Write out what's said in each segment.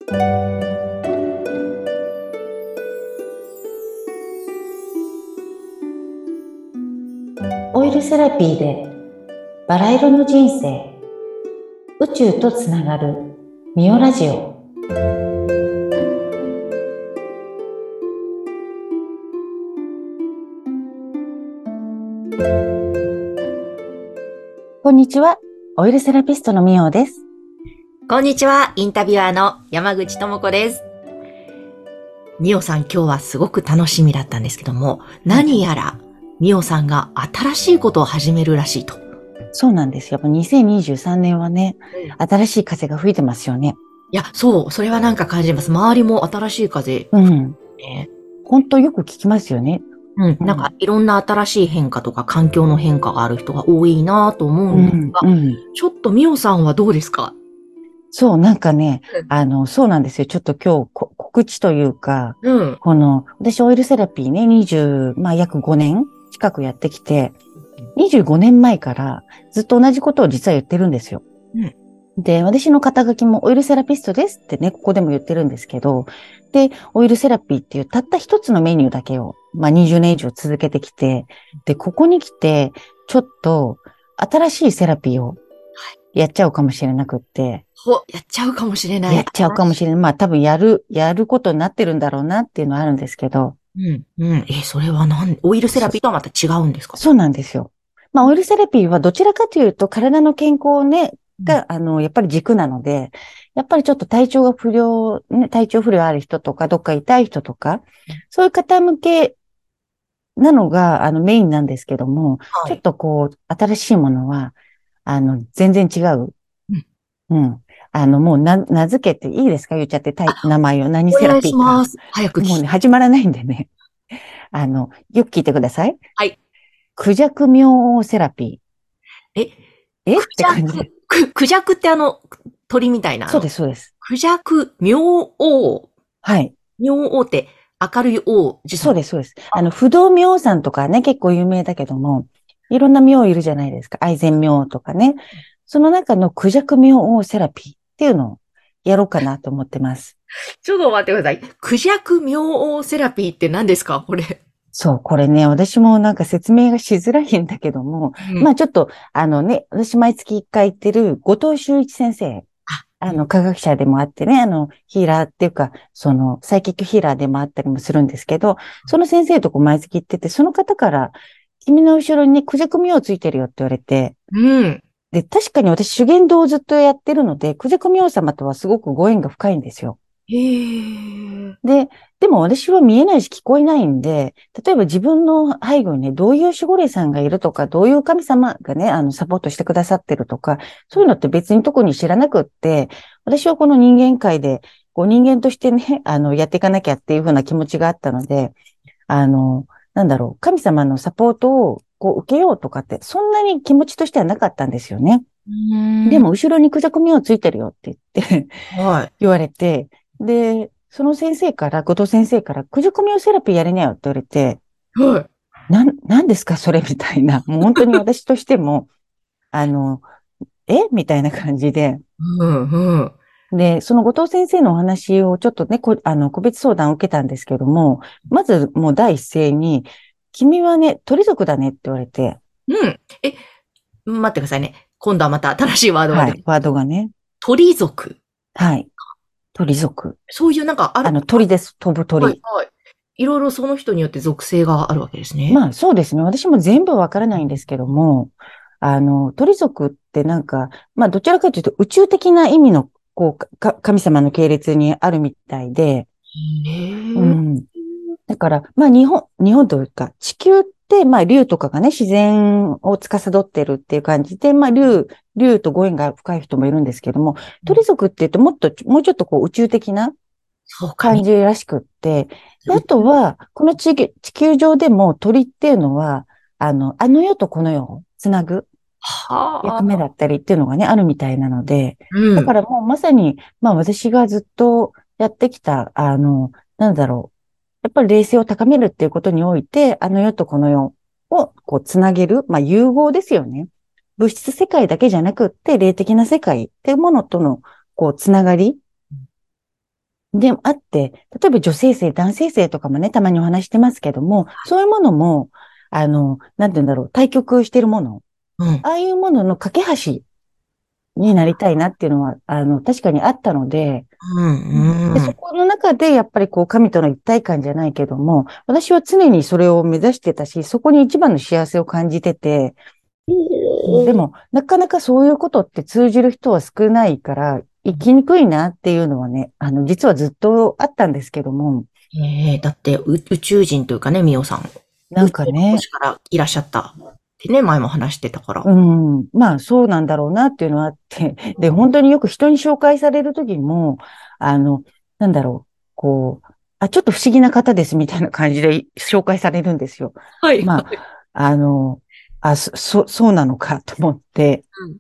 オイルセラピーでバラ色の人生、宇宙とつながるミオラジオ。こんにちは、オイルセラピストのミオです。 こんにちは、インタビュアーの山口智子です。ミオさん、今日はすごく楽しみだったんですけども、何やらミオさんが新しいことを始めるらしいと。 そうなんですよ。2023年はね、新しい風が吹いてますよね。 いや、そう、それはなんか感じます。周りも新しい風。 本当よく聞きますよね。 なんかいろんな新しい変化とか環境の変化がある人が多いなと思うんですが、ちょっとミオさんはどうですか？ そう、なんかね、そうなんですよ。ちょっと今日告知というか、私オイルセラピーね、約5年近くやってきて、25年前からずっと同じことを実は言ってるんですよ。で、私の肩書きもオイルセラピストですってね、ここでも言ってるんですけど、で、オイルセラピーっていうたった一つのメニューだけを、20年以上続けてきて、で、ここに来て、ちょっと新しいセラピーをやっちゃうかもしれなくって。 やっちゃうかもしれない。 やっちゃうかもしれない。多分やることになってるんだろうなっていうのはあるんですけど。 それはオイルセラピーとはまた違うんですか？ そうなんですよ。オイルセラピーはどちらかというと体の健康ね、が、やっぱり軸なので、やっぱりちょっと体調不良ある人とか、どっか痛い人とか、そういう方向けなのが、メインなんですけども、ちょっと新しいものは、全然違う。もう名付けていいですか？言っちゃって、名前を何セラピーか。お願いします。 早くもうね、始まらないんでね。よく聞いてください。 はい。 クジャク明王セラピー。って感じで。 クジャクって鳥みたいなそうです、そうです。 クジャク明王。 はい。 明王って明るい王子そうです、そうです。不動明王さんとかね、結構有名だけども、いろんな明いるじゃないですか。愛染明とかね。その中のクジャク明王セラピーっていうのをやろうかなと思ってます。 ちょっと待ってください。クジャク明王セラピーって何ですかこれ？ そう、これね、私もなんか説明がしづらいんだけども、ちょっと、私毎月1回行ってる後藤修一先生、科学者でもあってね、ヒーラーっていうか、サイキックヒーラーでもあったりもするんですけど、その先生と毎月行ってて、その方から、君の後ろにね、クジャク明王ついてるよって言われて、で、確かに私、修験道をずっとやってるので、クジャク明王様とはすごくご縁が深いんですよ。でも私は見えないし聞こえないんで、例えば自分の背後にね、どういう守護霊さんがいるとか、どういう神様がね、サポートしてくださってるとか、そういうのって別に特に知らなくって、私はこの人間界で、人間としてね、やっていかなきゃっていうふうな気持ちがあったので、神様のサポートを受けようとかって、そんなに気持ちとしてはなかったんですよね。でも、後ろにクジャク明ついてるよって言って言われて、で、その先生から、後藤先生から、クジャク明セラピーやれなよって言われて、何ですかそれみたいな。もう本当に私としても、みたいな感じで。で、その後藤先生のお話をちょっとね、個別相談を受けたんですけども、まずもう第一声に、君はね、鳥族だねって言われて。 待ってくださいね。今度はまた新しいワードが出て。 はい、ワードがね。 鳥族。 はい。鳥族。 そういうなんか鳥です。飛ぶ鳥。はい。 いろいろその人によって属性があるわけですね。 そうですね。私も全部わからないんですけども、鳥族ってなんか、どちらかというと宇宙的な意味の、神様の系列にあるみたいで、だから、日本というか、地球って、竜とかがね、自然を司ってるっていう感じで、竜とご縁が深い人もいるんですけども、鳥族って言うともうちょっと宇宙的な感じらしくって、あとは、この地球上でも鳥っていうのは、あの世とこの世をつなぐ役目だったりっていうのがね、あるみたいなので、だからもうまさに、私がずっとやってきた、やっぱり冷静を高めるっていうことにおいて、あの世とこの世をつなげる、融合ですよね。物質世界だけじゃなくって、霊的な世界っていうものとの、つながりであって、例えば女性性、男性性とかもね、たまにお話してますけども、そういうものも、なんて言うんだろう、対極してるもの、 うん。 ああいうものの架け橋になりたいなっていうのは、確かにあったので、 うん。 で、 うん。 そこの中で、やっぱりこう、神との一体感じゃないけども、私は常にそれを目指してたし、そこに一番の幸せを感じてて、でも、なかなかそういうことって通じる人は少ないから、生きにくいなっていうのはね、実はずっとあったんですけども、 だって宇宙人というかね、ミオさん。 な宇宙のんかね、 星からいらっしゃったってね、前も話してたから。 うん、まあそうなんだろうなっていうのはあって、で、本当によく人に紹介されるときも、あの、なんだろう、こう、ちょっと不思議な方ですみたいな感じで紹介されるんですよ。 はい、 まはい。 あ、そうなのかと思って、 うん。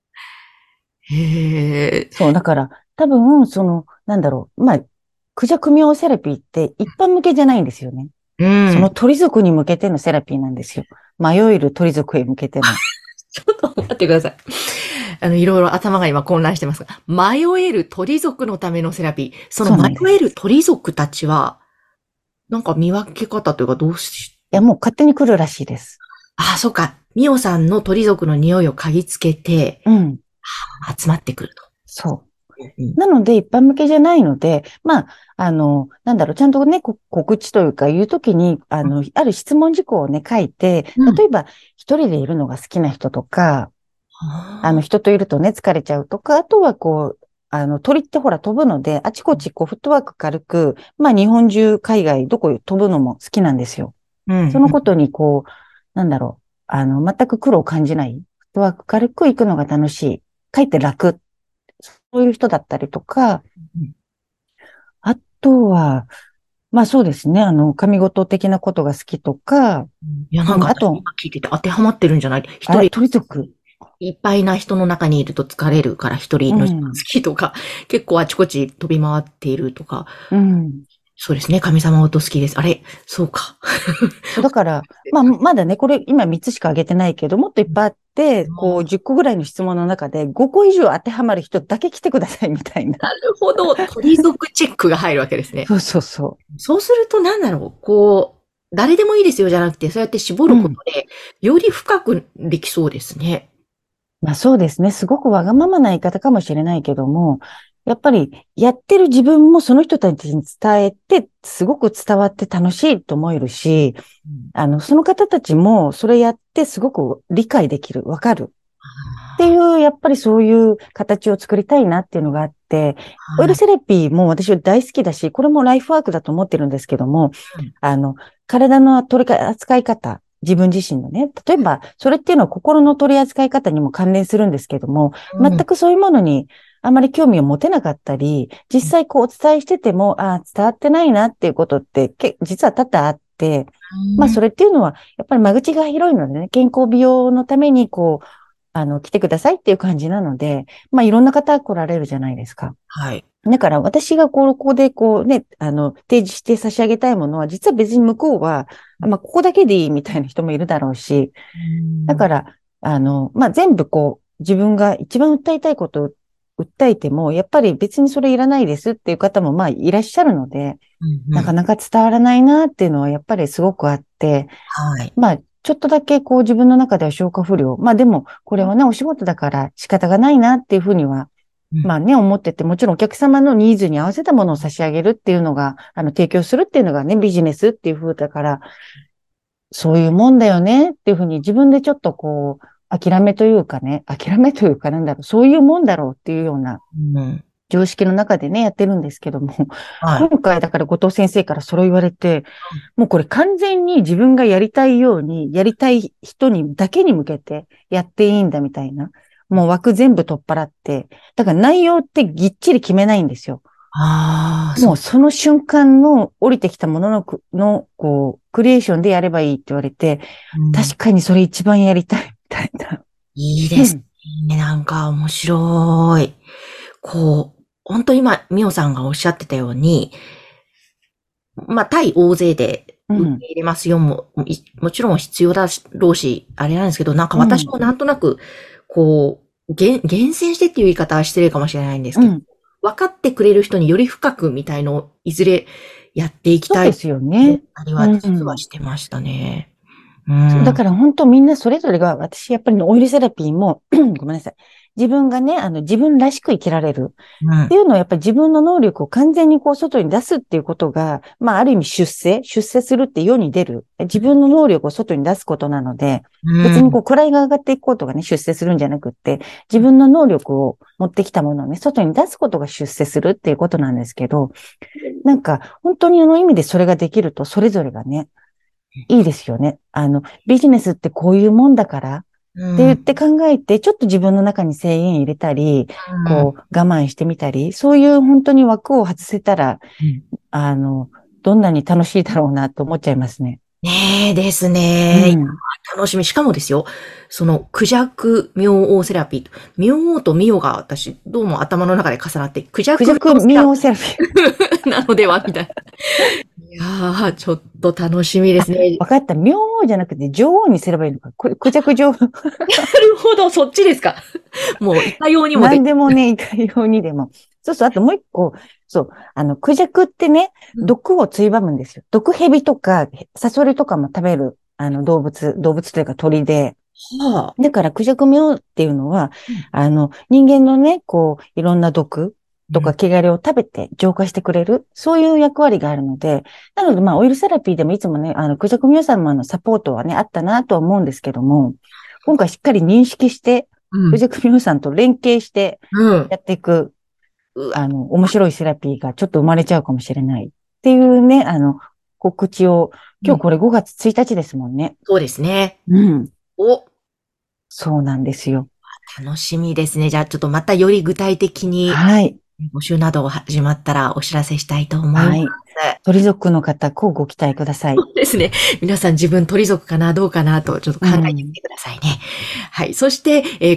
へえ。 そう、だから、多分、なんだろう、まあ、クジャクミオセラピーって一般向けじゃないんですよね。 うそのん。 鳥族に向けてのセラピーなんですよ。迷える鳥族へ向けての。 ちょっと待ってください。いろいろ頭が今混乱してますが、迷える鳥族のためのセラピー。そのそうなんです。 迷える鳥族たちは、なんか見分け方というかどうし、 いや、もう勝手に来るらしいです。 ああ、そうか。ミオさんの鳥族の匂いを嗅ぎつけて、 うん。 集まってくると。 そう。 うん。 なので、一般向けじゃないので、まあ、なんだろう、ちゃんとね、告知というか、言うときに、ある質問事項をね、書いて、 うん。 例えば、一人でいるのが好きな人とか、 あ人といるとね、疲れちゃうとか、あとはこう、鳥ってほら飛ぶので、あちこちこう、フットワーク軽く、まあ、日本中、海外、どこ飛ぶのも好きなんですよ。 あ。うん。うん。 そのことにこう、なんだろう、全く苦労を感じない。フットワーク軽く行くのが楽しい。かえって楽。そういう人だったりとか、あとは、まあそうですね。神事的なことが好きとか、 いや、なんうん、 か私今聞いてて当てはまってるんじゃない？一人鳥族。 いっぱいな人の中にいると疲れるから一人の時間好うん、 きとか、結構あちこち飛び回っているとか、 うん。 そうですね、神様音好きです。あれ、そうか。 そう、だから、まあ、まだね、これ今3つしか挙げてないけど、もっといっぱいあって、こう、10個ぐらいの質問の中で5個以上当てはまる人だけ来てくださいみたいな。 なるほど。鳥族チェックが入るわけですね。 そうそうそそうするとなんだろう、こう、誰でもいいですよじゃなくて、そうやって絞う。 るうん。 ことで、より深くできそうですね。 まあそうですね。すごくわがままな言い方かもしれないけども、やっぱりやってる自分もその人たちに伝えて、すごく伝わって楽しいと思えるし、 うん。 その方たちもそれやってすごく理解できる、わかる。っていあう、やっぱりそういう形を作りたいなっていうのがあって、 あ、はい。 オイルセラピーも私は大好きだし、これもライフワークだと思ってるんですけども、 うん。 あの、体の取り扱い方、自分自身のね、例えば、それっていうのは心の取り扱い方にも関連するんですけども、全うん。 くそういうものにあまり興味を持てなかったり、実際こうお伝えしてても、伝わってないなっていうことって実は多々あって、まあそれっていうのは、やっぱり間口が広いのでね、健康美容のためにこう、来てくださいっていう感じなので、まあいろんな方来られるじゃないですか。 はい。 だから私がここでこうね、提示して差し上げたいものは、実は別に向こうは、まあここだけでいいみたいな人もいるだろうし、 うん。 だから、まあ全部こう、自分が一番訴えたいことを訴えても、やっぱり別にそれいらないですっていう方もまあいらっしゃるので、 うん。うん。 なかなか伝わらないなっていうのはやっぱりすごくあって、 はい。 まあ、ちょっとだけこう自分の中では消化不良。まあでも、これはね、お仕事だから仕方がないなっていうふうには、 うん。 まあね、思ってて、もちろんお客様のニーズに合わせたものを差し上げるっていうのが、提供するっていうのがね、ビジネスっていう風だから、そういうもんだよねっていうふうに自分でちょっとこう、諦めというかね、諦めというかなんだろう、そういうもんだろうっていうようなうん。 常識の中でね、やってるんですけども、 はい。 今回だから後藤先生からそれを言われて、もうこれ完全に自分がやりたいように、やりたい人にだけに向けてやっていいんだみたいな。もう枠全部取っ払って、だから内容ってぎっちり決めないんですよ。 ああ、そう。 もうその瞬間の降りてきたものこう、クリエーションでやればいいって言われて、 うん。 確かにそれ一番やりたいみたいな。 いいですうん。 ね。なんか面白い。こう、本当今、ミオさんがおっしゃってたように、まあ、対大勢で受けうん。 入れますよもちろん必要だろうし、あれなんですけど、なんかうん。 私もなんとなく、こう、厳選してっていう言い方は失礼かもしれないんですけど、 うん。 分かってくれる人により深くみたいのをいずれやっていきたい。 そうですよね。 あれは実はしてましたね。 だから本当みんなそれぞれが、私やっぱりオイルセラピーも、ごめんなさい。自分がね、自分らしく生きられるっていうのはやっぱり自分の能力を完全にこう外に出すっていうことが、まあある意味出世するって世に出る。自分の能力を外に出すことなので、別にこう位が上がっていくことがね、出世するんじゃなくって、自分の能力を持ってきたものをね、外に出すことが出世するっていうことなんですけど、なんか本当に意味でそれができると、それぞれがね、いいですよね。ビジネスってこういうもんだから、って言って考えて、ちょっと自分の中に制限入れたり、こう我慢してみたり、そういう本当に枠を外せたら、どんなに楽しいだろうなと思っちゃいますね。 ねえですね。楽しみ。しかもですよ、その、クジャク明王セラピーと、明王とミオが私、どうも頭の中で重なって、クジャク明王セラピーなのではみたいな。いやー、ちょっと楽しみですね。 わかった。明王じゃなくて女王にすればいいのか。クジャク女王。なるほど、そっちですか。もう、いかようにも何でもね、いかようにでも。そうそう、あともう一個、そう、クジャクってね、毒をついばむんですよ。毒蛇とか、サソリとかも食べる、動物というか鳥で。だから、クジャクミョウっていうのは、人間のね、こう、いろんな毒とか汚れを食べて浄化してくれる、そういう役割があるので、なので、まあ、オイルセラピーでもいつもね、クジャクミョウ様のサポートはね、あったなとは思うんですけども、今回しっかり認識して、クジャクミョウさんと連携して、やっていく、面白いセラピーがちょっと生まれちゃうかもしれないっていうね、告知を、今日これ5月1日ですもんね。 そうですね。 そうなんですよ。 楽しみですね。じゃあちょっとまたより具体的に、 はい。 募集などが始まったらお知らせしたいと思います。はい。 鳥族の方、こうご期待ください。 そうですね。皆さん自分鳥族かな、どうかなと、ちょっと考えてみてくださいね。はい。そして、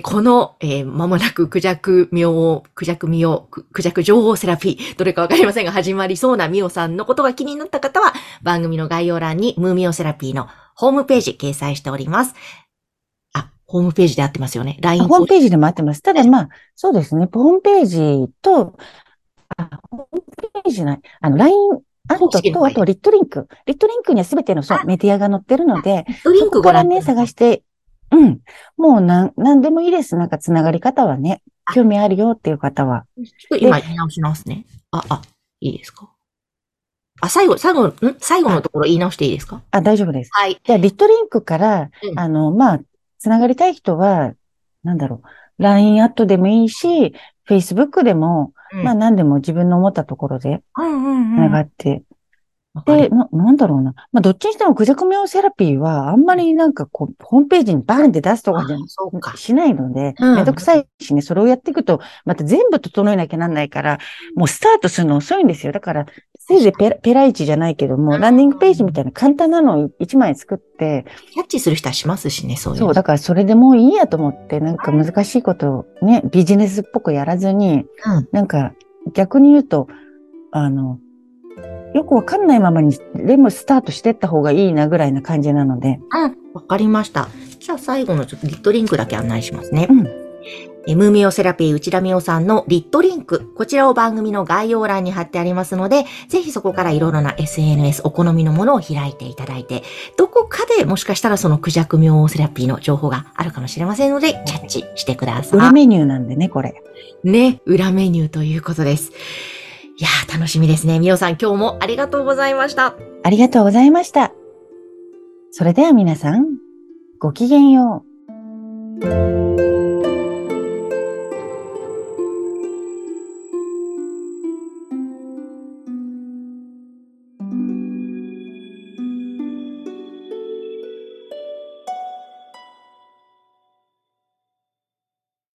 この、間もなくクジャク女王セラピー、どれかわかりませんが、始まりそうなミオさんのことが気になった方は、番組の概要欄にムーミオセラピーのホームページ掲載しております。ホームページで合ってますよね。LINE ホームページでも合ってます。ただまあ、そうですね。ホームページと、ホームページじゃない。LINE アットと、あとリットリンク。リットリンクにはすべてのメディアが載ってるので、そこからね、探して、もう何でもいいです。なんかつながり方はね、興味あるよっていう方は。 今言い直しますね。いいですか？最後のところ言い直していいですか？ 大丈夫です。 はい。 じゃあ、リットリンクから、まあ、つながりたい人は、LINE アットでもいいし、Facebook でも、まあ何でも自分の思ったところで、つながって。で、なんだろうな。まあ、どっちにしてもクジャクミョウセラピーは、あんまりなんかこう、ホームページにバーンって出すとかじゃしないので、めんどくさいしね、それをやっていくと、また全部整えなきゃなんないから、もうスタートするの遅いんですよ。だから、せいぜいペライチじゃないけども、ランディングページみたいな簡単なのを1枚作って、 キャッチする人はしますしね、そういう。 そう、だからそれでもういいやと思って、なんか難しいことをね、ビジネスっぽくやらずに、なんか逆に言うと、よくわかんないままにレムスタートしてった方がいいなぐらいな感じなので。 わかりました。じゃあ最後のちょっとリットリンクだけ案内しますね。ムーミオセラピー内田美代さんのリットリンク、こちらを番組の概要欄に貼ってありますので、ぜひそこからいろいろな SNS お好みのものを開いていただいて、どこかでもしかしたらそのクジャク明王セラピーの情報があるかもしれませんので、キャッチしてください。 裏メニューなんでね、これ。 ね、裏メニューということです。いやー、楽しみですね。みおさん、今日もありがとうございました。 ありがとうございました。それでは皆さん、ごきげんよう。